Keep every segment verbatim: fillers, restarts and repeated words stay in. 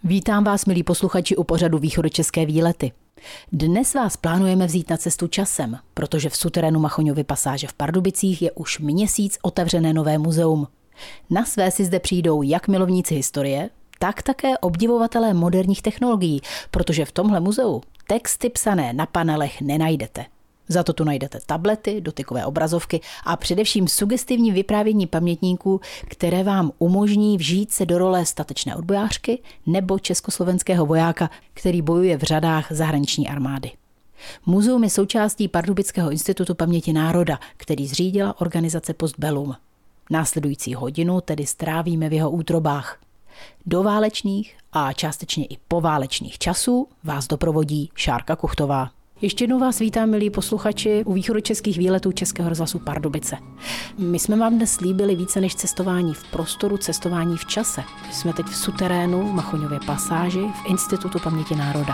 Vítám vás, milí posluchači, u pořadu Východočeské výlety. Dnes vás plánujeme vzít na cestu časem, protože v suterénu Machoňovy pasáže v Pardubicích je už měsíc otevřené nové muzeum. Na své si zde přijdou jak milovníci historie, tak také obdivovatelé moderních technologií, protože v tomhle muzeu texty psané na panelech nenajdete. Za to tu najdete tablety, dotykové obrazovky a především sugestivní vyprávění pamětníků, které vám umožní vžít se do role statečné odbojářky nebo československého vojáka, který bojuje v řadách zahraniční armády. Muzeum je součástí Pardubického institutu paměti národa, který zřídila organizace Postbellum. Následující hodinu tedy strávíme v jeho útrobách. Do válečných a částečně i poválečných časů vás doprovodí Šárka Kuchtová. Ještě jednou vás vítám, milí posluchači, u východočeských výletů Českého rozhlasu Pardubice. My jsme vám dnes slíbili více než cestování v prostoru, cestování v čase. Jsme teď v suterénu Machoňově pasáži v Institutu paměti národa.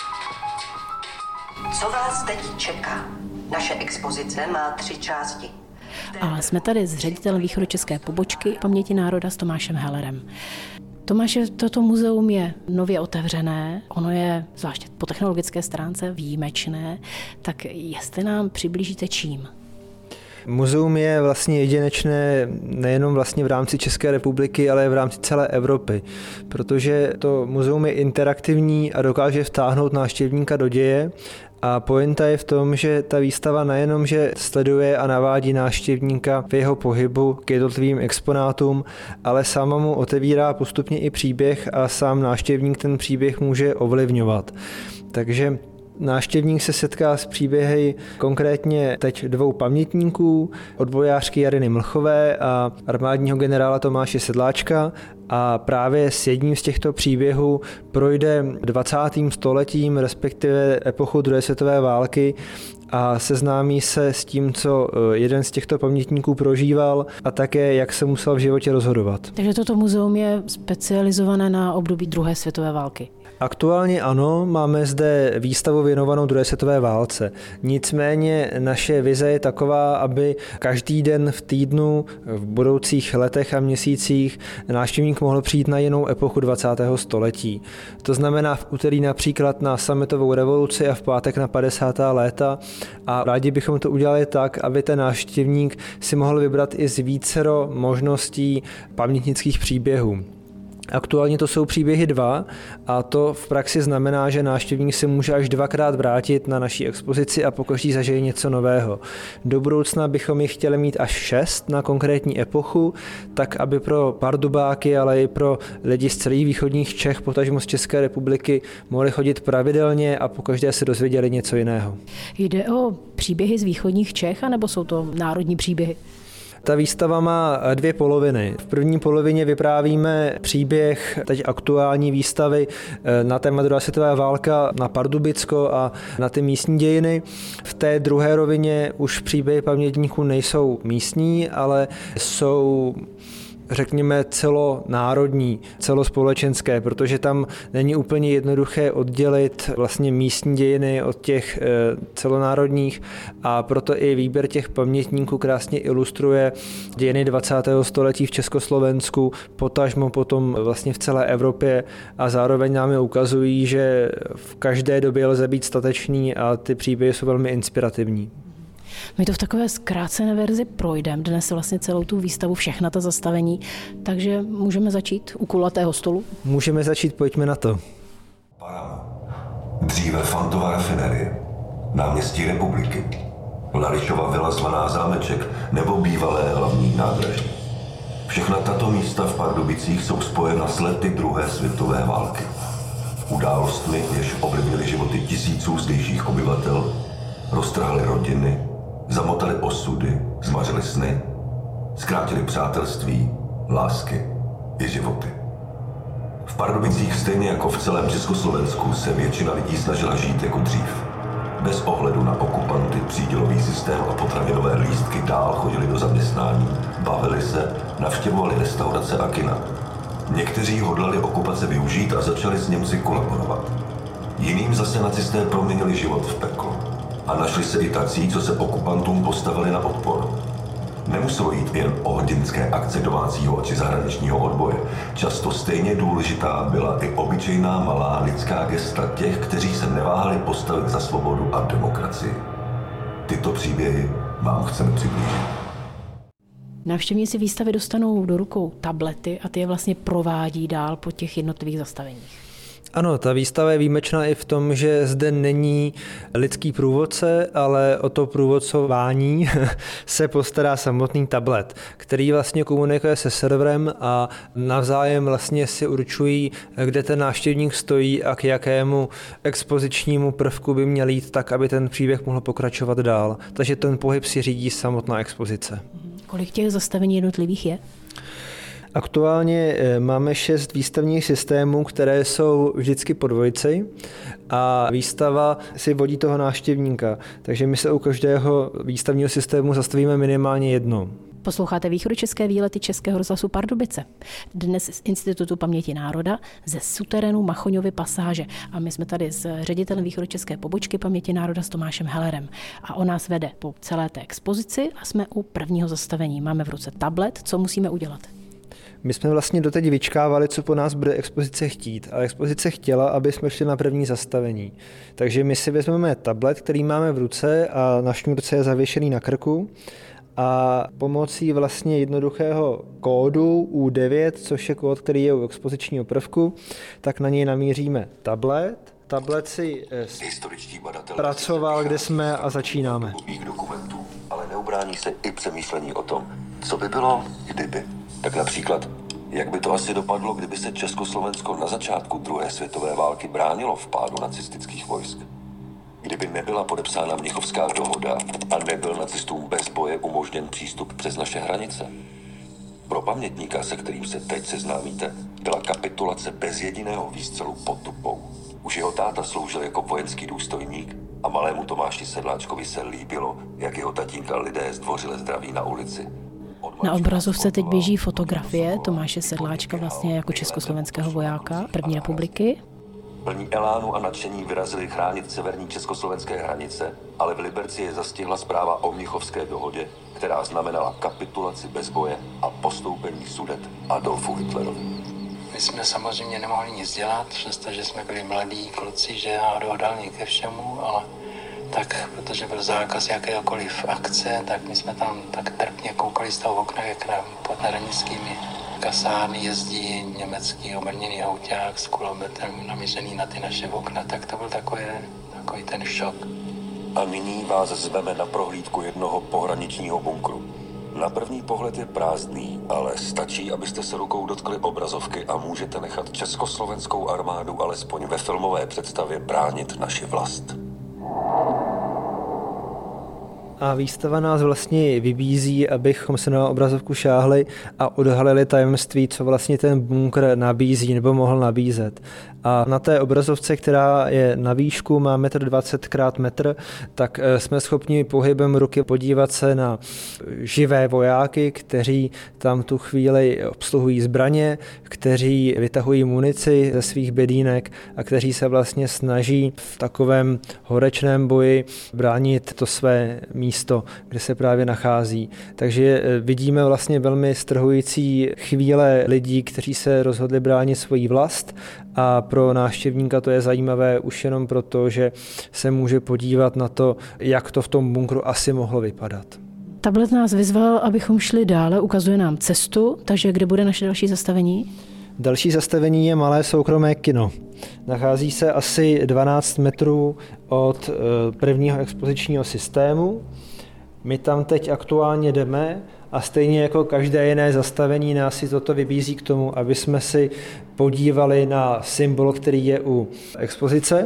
Co vás teď čeká? Naše expozice má tři části. A jsme tady s ředitelem východočeské pobočky paměti národa s Tomášem Hellerem. Tomáše, toto muzeum je nově otevřené, ono je zvláště po technologické stránce výjimečné, tak jestli nám přiblížíte čím? Muzeum je vlastně jedinečné nejenom vlastně v rámci České republiky, ale v rámci celé Evropy, protože to muzeum je interaktivní a dokáže vtáhnout návštěvníka do děje. A pointa je v tom, že ta výstava nejenom, že sleduje a navádí návštěvníka v jeho pohybu k jednotlivým exponátům, ale sama mu otevírá postupně i příběh a sám návštěvník ten příběh může ovlivňovat. Takže návštěvník se setká s příběhy konkrétně teď dvou pamětníků, odbojářky Jariny Mlchové a armádního generála Tomáše Sedláčka, a právě s jedním z těchto příběhů projde dvacátým stoletím, respektive epochu druhé světové války, a seznámí se s tím, co jeden z těchto pamětníků prožíval a také, jak se musel v životě rozhodovat. Takže toto muzeum je specializované na období druhé světové války. Aktuálně ano, máme zde výstavu věnovanou druhé světové válce. Nicméně naše vize je taková, aby každý den v týdnu, v budoucích letech a měsících návštěvník mohl přijít na jinou epochu dvacátého století. To znamená v úterý například na sametovou revoluci a v pátek na padesátá léta. A rádi bychom to udělali tak, aby ten návštěvník si mohl vybrat i z vícero možností pamětnických příběhů. Aktuálně to jsou příběhy dva a to v praxi znamená, že návštěvník se může až dvakrát vrátit na naší expozici a pokaždý zažije něco nového. Do budoucna bychom jich chtěli mít až šest na konkrétní epochu, tak aby pro Pardubáky, ale i pro lidi z celých východních Čech, potažmo z České republiky, mohli chodit pravidelně a pokaždé se dozvěděli něco jiného. Jde o příběhy z východních Čech, anebo jsou to národní příběhy? Ta výstava má dvě poloviny. V první polovině vyprávíme příběh teď aktuální výstavy na téma druhá světová válka na Pardubicko a na ty místní dějiny. V té druhé rovině už příběhy pamětníků nejsou místní, ale jsou, řekněme, celonárodní, celospolečenské, protože tam není úplně jednoduché oddělit vlastně místní dějiny od těch celonárodních, a proto i výběr těch pamětníků krásně ilustruje dějiny dvacátého století v Československu, potažmo potom vlastně v celé Evropě, a zároveň nám je ukazují, že v každé době lze být statečný a ty příběhy jsou velmi inspirativní. My to v takové zkrácené verzi projdeme dnes vlastně celou tu výstavu, všechna ta zastavení, takže můžeme začít u kulatého stolu? Můžeme začít, pojďme na to. Parama. Dříve Fantova rafinerie. Náměstí Republiky. Lališova vila zvaná Zámeček nebo bývalé hlavní nádraží. Všechna tato místa v Pardubicích jsou spojena s lety druhé světové války. Událostmi, jež ovlivnily životy tisíců zdejších obyvatel, roztrhly rodiny, zamotali osudy, zmařili sny, zkrátili přátelství, lásky i životy. V Pardubicích stejně jako v celém Československu se většina lidí snažila žít jako dřív. Bez ohledu na okupanty, přídělový systém a potravinové lístky dál chodili do zaměstnání, bavili se, navštěvovali restaurace a kina. Někteří hodlali okupace využít a začali s Němci kolaborovat. Jiným zase nacisté proměnili život v peklo. A našli se i tací, co se okupantům postavili na odpor. Nemuselo jít jen o hrdinské akce domácího či zahraničního odboje. Často stejně důležitá byla i obyčejná malá lidská gesta těch, kteří se neváhali postavit za svobodu a demokracii. Tyto příběhy vám chceme přiblížit. Návštěvníci výstavy dostanou do rukou tablety a ty je vlastně provádí dál po těch jednotlivých zastaveních. Ano, ta výstava je výjimečná i v tom, že zde není lidský průvodce, ale o to průvodcování se postará samotný tablet, který vlastně komunikuje se serverem a navzájem vlastně si určují, kde ten návštěvník stojí a k jakému expozičnímu prvku by měl jít tak, aby ten příběh mohl pokračovat dál. Takže ten pohyb si řídí samotná expozice. Kolik těch zastavení jednotlivých je? Aktuálně máme šest výstavních systémů, které jsou vždycky po dvojici a výstava si vodí toho návštěvníka, takže my se u každého výstavního systému zastavíme minimálně jednou. Posloucháte Východočeské výlety Českého rozhlasu Pardubice. Dnes z Institutu paměti národa ze suterénu Machoňovy pasáže. A my jsme tady s ředitelem východočeské pobočky paměti národa s Tomášem Hellerem. A on nás vede po celé té expozici a jsme u prvního zastavení. Máme v ruce tablet, co musíme udělat? My jsme vlastně doteď vyčkávali, co po nás bude expozice chtít. A expozice chtěla, aby jsme šli na první zastavení. Takže my si vezmeme tablet, který máme v ruce a na šňůrce je zavěšený na krku. A pomocí vlastně jednoduchého kódu U devět, což je kód, který je u expozičního prvku, tak na něj namíříme tablet. Tablet si pracoval, kde jsme a začínáme. Dokumentů, ale neubrání se i přemýšlení o tom, co by bylo, kdyby. Tak například, jak by to asi dopadlo, kdyby se Československo na začátku druhé světové války bránilo vpádu nacistických vojsk. Kdyby nebyla podepsána Mnichovská dohoda a nebyl nacistům bez boje umožněn přístup přes naše hranice. Pro pamětníka, se kterým se teď seznámíte, byla kapitulace bez jediného výstřelu pod Tupou. Už jeho táta sloužil jako vojenský důstojník a malému Tomáši Sedláčkovi se líbilo, jak jeho tatínka lidé zdvořile zdraví na ulici. Na obrazovce teď běží fotografie Tomáše Sedláčka vlastně jako československého vojáka první republiky. Plní elánu a nadšení vyrazili chránit severní československé hranice, ale v Liberci je zastihla zpráva o Mnichovské dohodě, která znamenala kapitulaci bez boje a postoupení Sudet Adolfu Hitlerovi. My jsme samozřejmě nemohli nic dělat, přestože jsme byli mladí kluci, že odhodlali ke všemu, ale tak, protože byl zákaz jakékoliv akce, tak my jsme tam tak trpně koukali z toho okna, jak nám pod hranickými kasárny jezdí německý obrněný houťák s kulometem namířený na ty naše okna, tak to byl takový, takový ten šok. A nyní vás zveme na prohlídku jednoho pohraničního bunkru. Na první pohled je prázdný, ale stačí, abyste se rukou dotkli obrazovky a můžete nechat československou armádu alespoň ve filmové představě bránit naši vlast. A výstava nás vlastně vybízí, abychom se na obrazovku šáhli a odhalili tajemství, co vlastně ten bunkr nabízí nebo mohl nabízet. A na té obrazovce, která je na výšku, má metr dvacet krát metr, tak jsme schopni pohybem ruky podívat se na živé vojáky, kteří tam tu chvíli obsluhují zbraně, kteří vytahují munici ze svých bedínek a kteří se vlastně snaží v takovém horečném boji bránit to své místo, kde se právě nachází. Takže vidíme vlastně velmi strhující chvíle lidí, kteří se rozhodli bránit svoji vlast a pro návštěvníka to je zajímavé už jenom proto, že se může podívat na to, jak to v tom bunkru asi mohlo vypadat. Tablet nás vyzval, abychom šli dále, ukazuje nám cestu, takže kde bude naše další zastavení? Další zastavení je malé soukromé kino. Nachází se asi dvanáct metrů od prvního expozičního systému. My tam teď aktuálně jdeme a stejně jako každé jiné zastavení nás si toto vybízí k tomu, aby jsme si podívali na symbol, který je u expozice.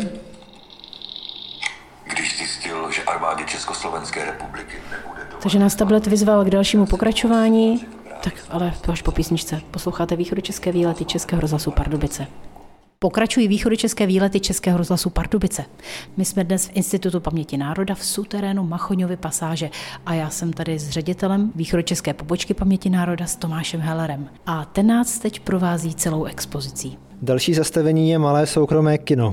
Když zjistil, že armádě Československé republiky nebude doma... Takže nás tablet vyzval k dalšímu pokračování, tak ale až po písničce. Posloucháte Východočeské výlety Českého rozhlasu Pardubice. Pokračují Východočeské výlety Českého rozhlasu Pardubice. My jsme dnes v Institutu paměti národa v suterénu Machoňovy pasáže a já jsem tady s ředitelem Východočeské pobočky paměti národa s Tomášem Hellerem. A ten nás teď provází celou expozicí. Další zastavení je malé soukromé kino.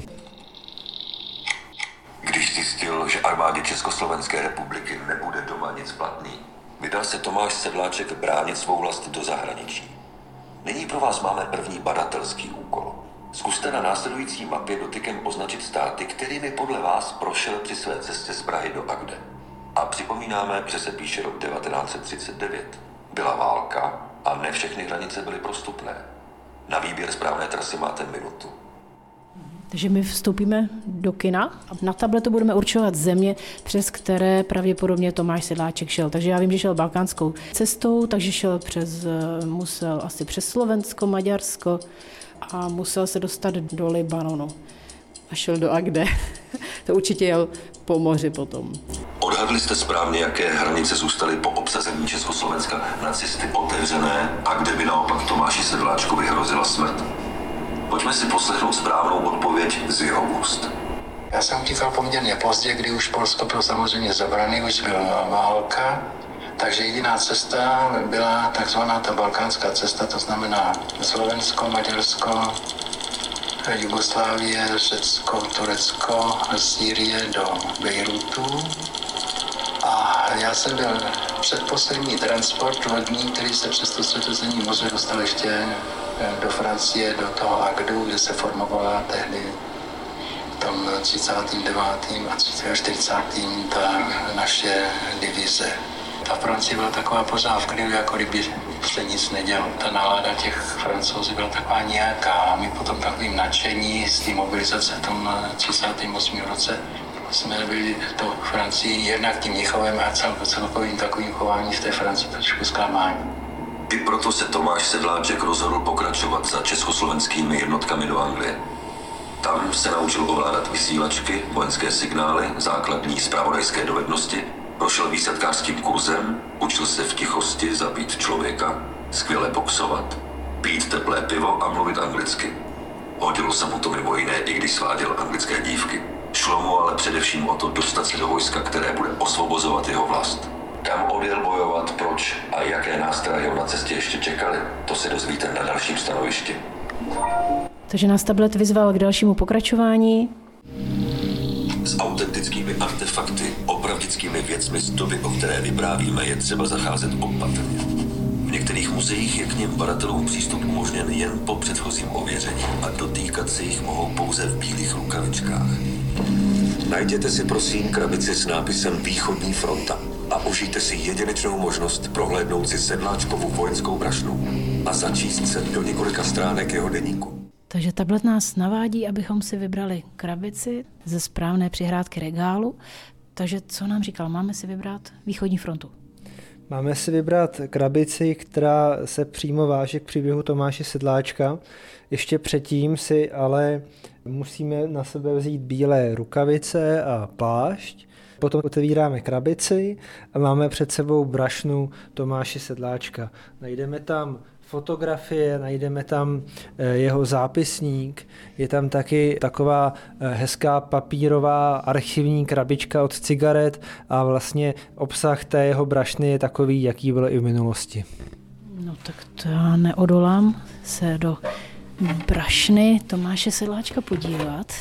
Když zjistil, že armádě Československé republiky nebude doma nic platný, Vydal se Tomáš Sedláček bránit svou vlast do zahraničí. Nyní pro vás máme první badatelský úkol. Zkuste na následující mapě dotykem označit státy, kterými podle vás prošel při své cestě z Prahy do Agde. A připomínáme, že se píše rok devatenáct set třicet devět. Byla válka a ne všechny hranice byly prostupné. Na výběr správné trasy máte minutu. Takže my vstoupíme do kina a na tabletu budeme určovat země, přes které pravděpodobně Tomáš Sedláček šel. Takže já vím, že šel balkánskou cestou, takže šel přes, musel asi přes Slovensko, Maďarsko a musel se dostat do Libanonu. A šel do Agde. To určitě jel po moři potom. Odhadli jste správně, jaké hranice zůstaly po obsazení Československa nacisty otevřené a kde by naopak Tomáši Sedláčkovi hrozila smrt. Pojďme si poslechnout správnou odpověď z jeho úst. Já jsem utíkal poměrně pozdě, kdy už Polsko bylo samozřejmě zabraný, už byla válka, takže jediná cesta byla takzvaná ta balkánská cesta, to znamená Slovensko, Maďarsko, Jugoslávie, Řecko, Turecko, Sýrie do Bejrutu. A já jsem byl předposlední transport lodní, který se přes to Středozemní moře dostal ještě do Francie, do toho Agdu, kde se formovala tehdy v tom třicátém devátém a čtyřicátém ta naše divize. Ta Francie byla taková pořád v klidu, jako kdyby se nic nedělo. Ta nálada těch Francouzů byla taková nějaká. A my potom takovým nadšení z té mobilizace v tom třicátém osmém roce jsme byli to Francii jednak tím Mnichovem a celkovým takovým chováním v té Francii trošku zklamání. I proto se Tomáš Sedláček rozhodl pokračovat za československými jednotkami do Anglie. Tam se naučil ovládat vysílačky, vojenské signály, základní zpravodajské dovednosti, prošel výsadkářským kurzem, učil se v tichosti zabít člověka, skvěle boxovat, pít teplé pivo a mluvit anglicky. Hodilo se mu to mimo jiné, i když sváděl anglické dívky. Šlo mu ale především o to dostat se do vojska, které bude osvobozovat jeho vlast. Kam odjel bojovat, proč a jaké nástroje ho na cestě ještě čekaly, to se dozvíte na dalším stanovišti. Takže nás tablet vyzval k dalšímu pokračování. S autentickými artefakty, opravdickými věcmi z doby, o které vyprávíme, je třeba zacházet opatrně. V některých muzeích je k nim badatelům přístup umožněn jen po předchozím ověření a dotýkat se jich mohou pouze v bílých rukavičkách. Najděte si prosím krabici s nápisem Východní fronta a užijte si jedinečnou možnost prohlédnout si Sedláčkovu vojenskou brašnu a začíst se do několika stránek jeho deníku. Takže tablet nás navádí, abychom si vybrali krabici ze správné přihrádky regálu. Takže co nám říkal? Máme si vybrat Východní frontu. Máme si vybrat krabici, která se přímo váže k příběhu Tomáše Sedláčka. Ještě předtím si ale musíme na sebe vzít bílé rukavice a plášť. Potom otevíráme krabici a máme před sebou brašnu Tomáše Sedláčka. Najdeme tam fotografie, najdeme tam jeho zápisník, je tam taky taková hezká papírová archivní krabička od cigaret a vlastně obsah té jeho brašny je takový, jaký byl i v minulosti. No tak to já neodolám se do brašny Tomáše Sedláčka podívat.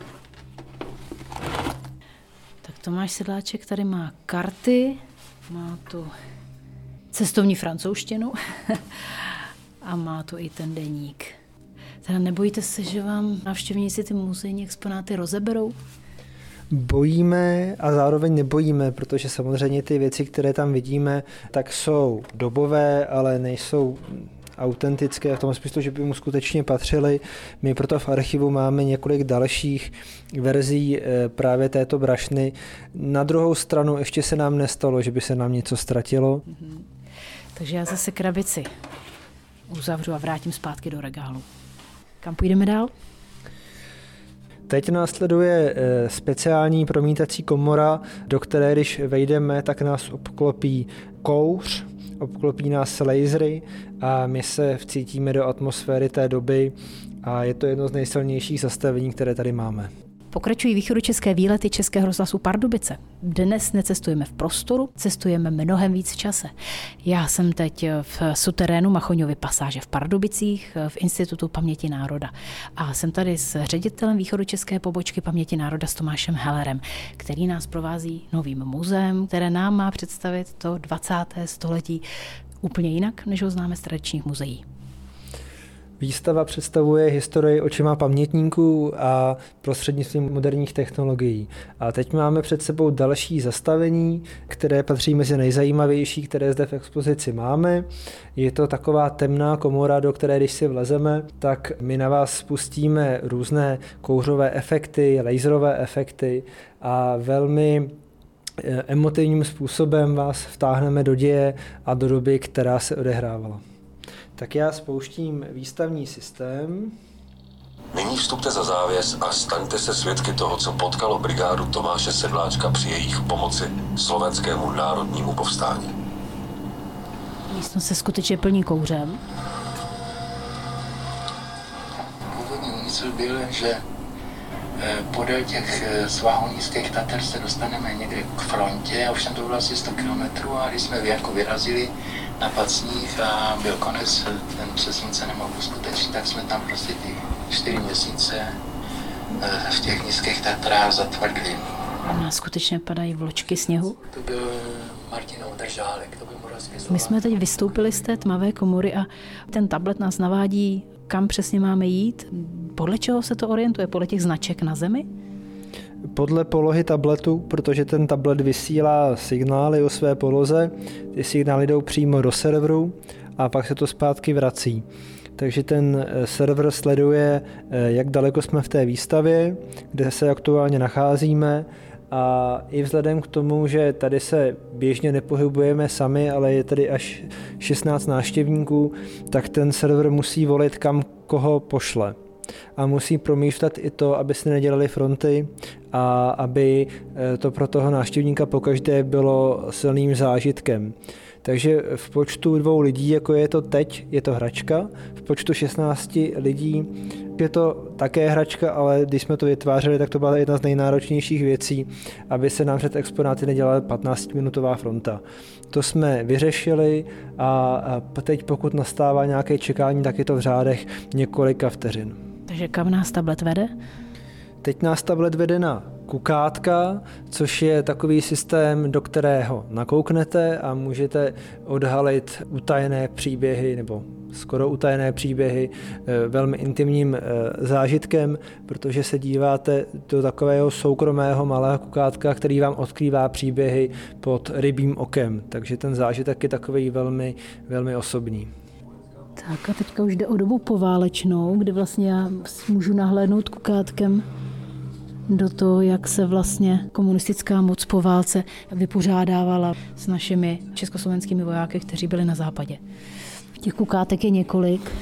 Tak Tomáš Sedláček tady má karty, má tu cestovní francouzštinu a má tu i ten deník. Teda nebojíte se, že vám návštěvníci ty muzejní exponáty rozeberou? Bojíme a zároveň nebojíme, protože samozřejmě ty věci, které tam vidíme, tak jsou dobové, ale nejsou autentické v tom smyslu, že by mu skutečně patřily. My proto v archivu máme několik dalších verzí právě této brašny. Na druhou stranu ještě se nám nestalo, že by se nám něco ztratilo. Mm-hmm. Takže já zase krabici uzavřu a vrátím zpátky do regálu. Kam půjdeme dál? Teď následuje speciální promítací komora, do které, když vejdeme, tak nás obklopí kouř, obklopí nás lasery a my se vcítíme do atmosféry té doby a je to jedno z nejsilnějších zastavení, které tady máme. Pokračují východočeské výlety Českého rozhlasu Pardubice. Dnes necestujeme v prostoru, cestujeme mnohem víc v čase. Já jsem teď v suterénu Machoňovy pasáže v Pardubicích v Institutu paměti národa. A jsem tady s ředitelem východočeské pobočky paměti národa s Tomášem Hellerem, který nás provází novým muzeem, které nám má představit to dvacáté století úplně jinak, než ho známe z tradičních muzeí. Výstava představuje historii očima pamětníků a prostřednictvím moderních technologií. A teď máme před sebou další zastavení, které patří mezi nejzajímavější, které zde v expozici máme. Je to taková temná komora, do které když si vlezeme, tak my na vás spustíme různé kouřové efekty, laserové efekty a velmi emotivním způsobem vás vtáhneme do děje a do doby, která se odehrávala. Tak já spouštím výstavní systém. Nyní vstupte za závěs a staňte se svědky toho, co potkalo brigádu Tomáše Sedláčka při jejich pomoci Slovenskému národnímu povstání. Místnost se skutečně plní kouřem. Původní úmysl byl, že podél těch svahů nízkých Tater se dostaneme někde k frontě, a ovšem to bylo asi sto kilometrů, a když jsme jako vyrazili na Pacních a byl konec, ten přesun se nemohl uskutečnit, tak jsme tam prostě ty čtyři měsíce v těch nízkých Tatrách zatvrdli. A nás skutečně padají vločky sněhu? To byl Martin Oudržálek, to byl moravský Slovák. My jsme teď vystoupili z té tmavé komory a ten tablet nás navádí, kam přesně máme jít. Podle čeho se to orientuje? Podle těch značek na zemi? Podle polohy tabletu, protože ten tablet vysílá signály o své poloze, ty signály jdou přímo do serveru a pak se to zpátky vrací. Takže ten server sleduje, jak daleko jsme v té výstavě, kde se aktuálně nacházíme, a i vzhledem k tomu, že tady se běžně nepohybujeme sami, ale je tady až šestnáct návštěvníků, tak ten server musí volit, kam koho pošle. A musí promýšlet i to, aby se nedělali fronty a aby to pro toho návštěvníka pokaždé bylo silným zážitkem. Takže v počtu dvou lidí, jako je to teď, je to hračka. V počtu šestnácti lidí je to také hračka, ale když jsme to vytvářeli, tak to byla jedna z nejnáročnějších věcí, aby se nám před exponáty nedělala patnáctiminutová fronta. To jsme vyřešili a teď pokud nastává nějaké čekání, tak je to v řádech několika vteřin. Takže kam nás tablet vede? Teď nás tablet vede na kukátka, což je takový systém, do kterého nakouknete a můžete odhalit utajené příběhy nebo skoro utajené příběhy velmi intimním zážitkem, protože se díváte do takového soukromého malého kukátka, který vám odkrývá příběhy pod rybím okem. Takže ten zážitek je takový velmi, velmi osobní. Tak a teďka už jde o dobu poválečnou, kdy vlastně já můžu nahlédnout kukátkem do toho, jak se vlastně komunistická moc po válce vypořádávala s našimi československými vojáky, kteří byli na západě. Těch kukátek je několik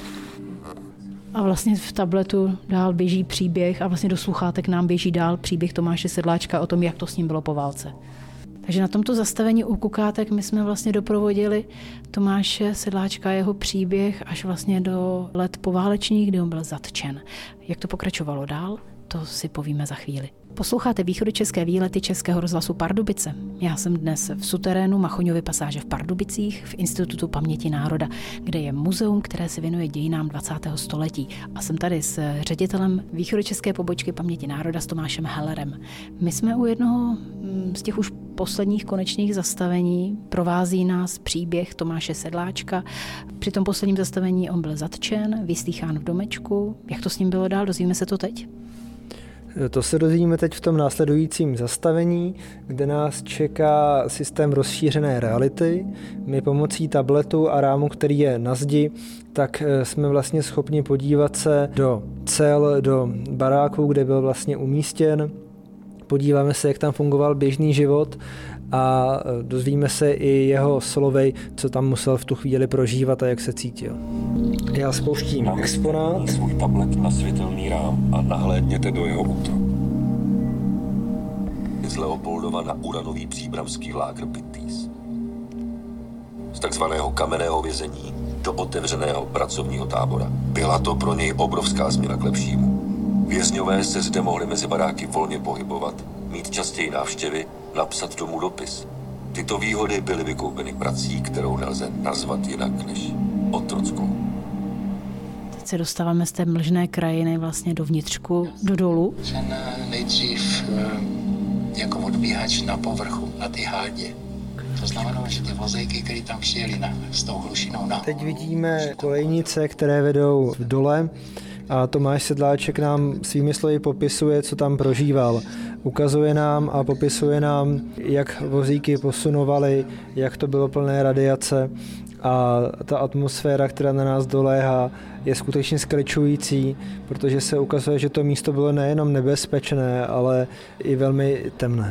a vlastně v tabletu dál běží příběh a vlastně do sluchátek nám běží dál příběh Tomáše Sedláčka o tom, jak to s ním bylo po válce. Takže na tomto zastavení u kukátek my jsme vlastně doprovodili Tomáše Sedláčka a jeho příběh až vlastně do let poválečných, kdy on byl zatčen. Jak to pokračovalo dál, to si povíme za chvíli. Posloucháte východočeské výlety Českého rozhlasu Pardubice. Já jsem dnes v suterénu Machoňovy pasáže v Pardubicích v Institutu paměti národa, kde je muzeum, které se věnuje dějinám dvacátého století. A jsem tady s ředitelem východočeské pobočky paměti národa s Tomášem Hellerem. My jsme u jednoho z těch už posledních konečných zastavení. Provází nás příběh Tomáše Sedláčka. Při tom posledním zastavení on byl zatčen, vyslýchán v domečku. Jak to s ním bylo dál? Dozvíme se to teď? To se dozvíme teď v tom následujícím zastavení, kde nás čeká systém rozšířené reality. My pomocí tabletu a rámu, který je na zdi, tak jsme vlastně schopni podívat se do cel, do baráků, kde byl vlastně umístěn. Podíváme se, jak tam fungoval běžný život a dozvíme se i jeho slovy, co tam musel v tu chvíli prožívat a jak se cítil. Já spouštím exponát. Svůj tablet na světelný rám a nahlédněte do jeho útra. Z Leopoldova na uranový příbramský lágr Bitýs. Z takzvaného kamenného vězení do otevřeného pracovního tábora. Byla to pro něj obrovská změna k lepšímu. Vězňové se zde mohli mezi baráky volně pohybovat, mít častěji návštěvy, napsat domů dopis. Tyto výhody byly vykoupeny prací, kterou nelze nazvat jinak než otrockou. Teď se dostáváme z té mlžné krajiny vlastně do vnitřku, do dolu. Ten nejdřív jako odbíhač na povrchu, na ty hádě. To znamená, že ty vozejky, které tam přijeli na, s tou hlušinou nahoru. Teď vidíme kolejnice, které vedou v dole a Tomáš Sedláček nám svými slovy popisuje, co tam prožíval. Ukazuje nám a popisuje nám, jak vozíky posunovaly, jak to bylo plné radiace a ta atmosféra, která na nás doléhá, je skutečně skličující, protože se ukazuje, že to místo bylo nejenom nebezpečné, ale i velmi temné.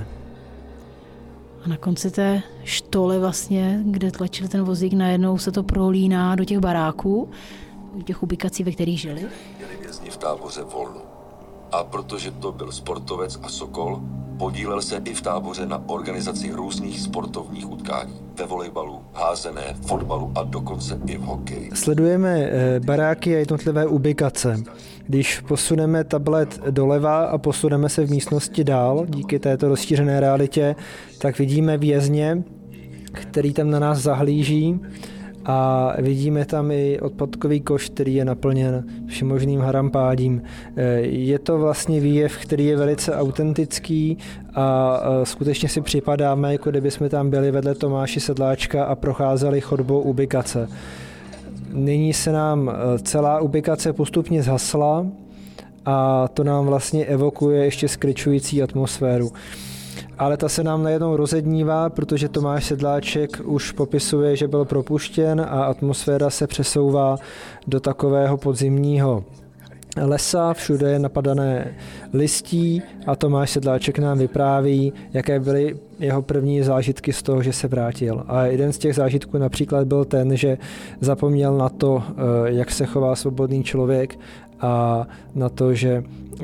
A na konci té štoly vlastně, kde tlačil ten vozík, najednou se to prolíná do těch baráků, do těch ubikací, ve kterých žili. Měli vězni v táboře volno. A protože to byl sportovec a sokol, podílel se i v táboře na organizaci různých sportovních utkání. Ve volejbalu, házené, fotbalu a dokonce i v hokeji. Sledujeme baráky a jednotlivé ubikace. Když posuneme tablet doleva a posuneme se v místnosti dál, díky této rozšířené realitě, tak vidíme vězně, který tam na nás zahlíží a vidíme tam i odpadkový koš, který je naplněn všemožným harampádím. Je to vlastně výjev, který je velice autentický a skutečně si připadáme, jako kdyby jsme tam byli vedle Tomáše Sedláčka a procházeli chodbou ubikace. Nyní se nám celá ubikace postupně zhasla a to nám vlastně evokuje ještě skličující atmosféru. Ale ta se nám najednou rozednívá, protože Tomáš Sedláček už popisuje, že byl propuštěn a atmosféra se přesouvá do takového podzimního lesa, všude je napadané listí a Tomáš Sedláček nám vypráví, jaké byly jeho první zážitky z toho, že se vrátil. A jeden z těch zážitků například byl ten, že zapomněl na to, jak se chová svobodný člověk a na to, že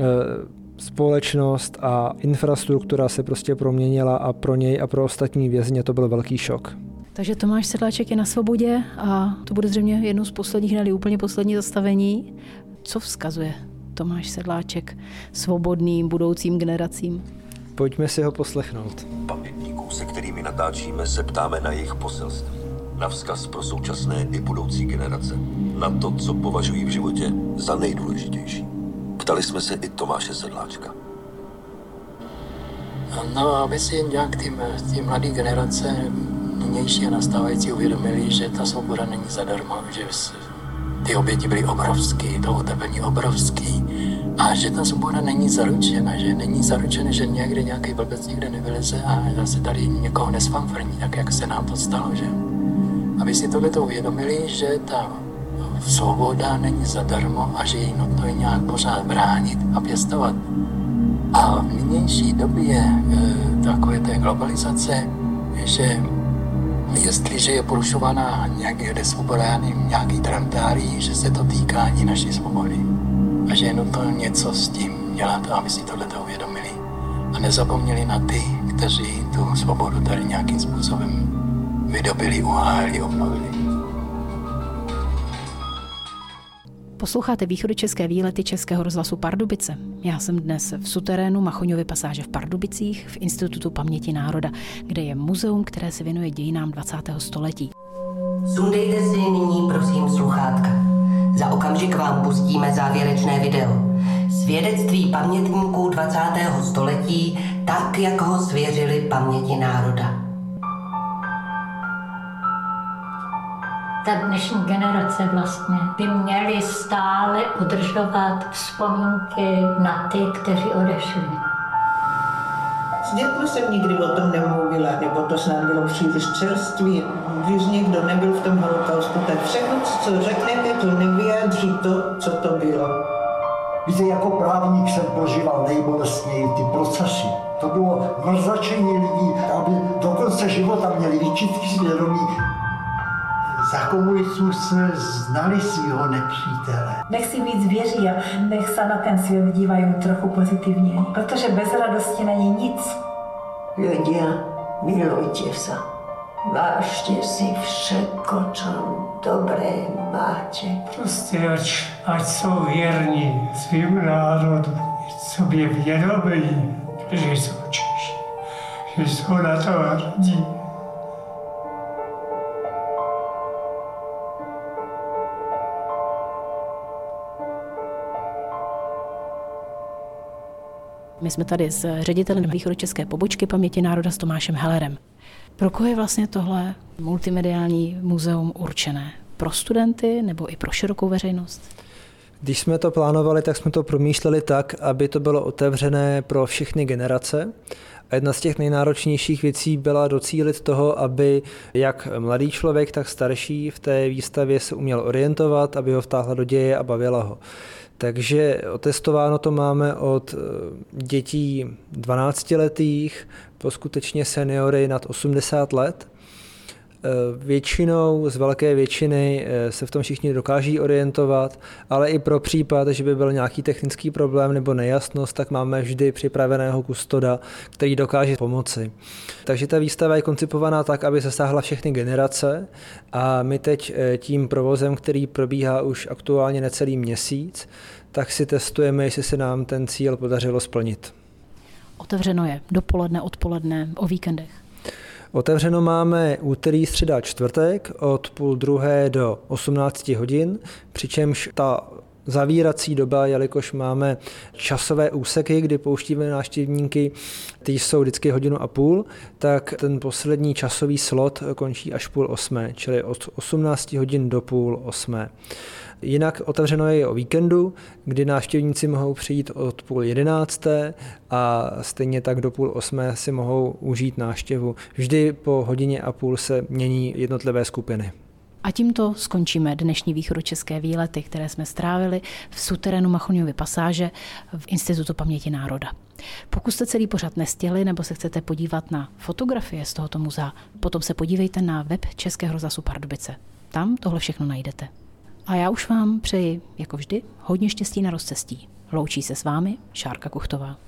společnost a infrastruktura se prostě proměnila a pro něj a pro ostatní vězně to byl velký šok. Takže Tomáš Sedláček je na svobodě a to bude zřejmě jednou z posledních, ne úplně poslední zastavení. Co vzkazuje Tomáš Sedláček svobodným budoucím generacím? Pojďme si ho poslechnout. Pamětníků, se kterými natáčíme, se ptáme na jejich poselství. Na vzkaz pro současné i budoucí generace. Na to, co považují v životě za nejdůležitější. Ptali jsme se i Tomáše Sedláčka. No, aby si nějak ty, ty mladé generace, nynější a nastávající, uvědomili, že ta svoboda není zadarmo, že ty oběti byly obrovský, to utrpení obrovský a že ta svoboda není zaručena, že není zaručena, že někde nějaký blbec někde nevyleze a zase tady někoho nesfanfrní, tak jak se nám to stalo, že? Aby si tohleto uvědomili, že ta svoboda není zadarmo a že ji nutno nějak pořád bránit a pěstovat. A v nynější době e, takové té globalizace, že jestliže je porušována nějaký svoboda, nějaký tramtáří, že se to týká i naší svobody. A že je nutno něco s tím dělat, aby si tohleto uvědomili. A nezapomněli na ty, kteří tu svobodu tady nějakým způsobem vydobili, uhájili, obnovili. Posloucháte východočeské výlety Českého rozhlasu Pardubice. Já jsem dnes v suterénu Machoňovy pasáže v Pardubicích v Institutu paměti národa, kde je muzeum, které se věnuje dějinám dvacátého století. Sundejte si nyní prosím sluchátka. Za okamžik vám pustíme závěrečné video. Svědectví pamětníků dvacátého století, tak jak ho svěřili paměti národa. Ta dnešní generace vlastně by měly stále udržovat vzpomínky na ty, kteří odešli. S dětmi jsem nikdy o tom nemluvila, nebo to snad bylo příliš čerství. Když někdo nebyl v tom holokaustu, tak všechno, co řeknete, to nevyjádří to, co to bylo. Víte, jako právník jsem prožíval nejbolestněji ty procesy. To bylo mrzačení lidí, aby do konce života měli výčitky svědomí. Za komunistů jsme znali svého nepřítele. Nech si víc věří a nech se na ten svět dívají trochu pozitivně, protože bez radosti není nic. Ľudia, milujte sa. Vážte si všetko, čo dobré, máče. Prostě ať, ať jsou věrní svým národu, sobě vědomí, že jsou Češi, že jsou na to hrdí. My jsme tady s ředitelem východočeské pobočky Paměti národa s Tomášem Hellerem. Pro koho je vlastně tohle multimediální muzeum určené? Pro studenty nebo i pro širokou veřejnost? Když jsme to plánovali, tak jsme to promýšleli tak, aby to bylo otevřené pro všechny generace. A jedna z těch nejnáročnějších věcí byla docílit toho, aby jak mladý člověk, tak starší v té výstavě se uměl orientovat, aby ho vtáhla do děje a bavila ho. Takže otestováno to máme od dětí dvanáctiletých po skutečně seniory nad osmdesát let. Většinou, z velké většiny se v tom všichni dokáží orientovat, ale i pro případ, že by byl nějaký technický problém nebo nejasnost, tak máme vždy připraveného kustoda, který dokáže pomoci. Takže ta výstava je koncipovaná tak, aby zasáhla všechny generace a my teď tím provozem, který probíhá už aktuálně necelý měsíc, tak si testujeme, jestli se nám ten cíl podařilo splnit. Otevřeno je dopoledne, odpoledne, o víkendech? Otevřeno máme úterý, středa, čtvrtek od půl druhé do osmnácti hodin, přičemž ta zavírací doba, jelikož máme časové úseky, kdy pouštíme návštěvníky, ty jsou vždycky hodinu a půl, tak ten poslední časový slot končí až půl osmé, čili od osmnácti hodin do půl osmé. Jinak otevřeno je o víkendu, kdy návštěvníci mohou přijít od půl jedenácté a stejně tak do půl osmé si mohou užít návštěvu. Vždy po hodině a půl se mění jednotlivé skupiny. A tímto skončíme dnešní východočeské výlety, které jsme strávili v suterénu Machoňovy pasáže v Institutu paměti národa. Pokud jste celý pořad nestihli nebo se chcete podívat na fotografie z tohoto muzea, potom se podívejte na web Českého rozhlasu Pardubice. Tam tohle všechno najdete. A já už vám přeji, jako vždy, hodně štěstí na rozcestí. Loučí se s vámi Šárka Kuchtová.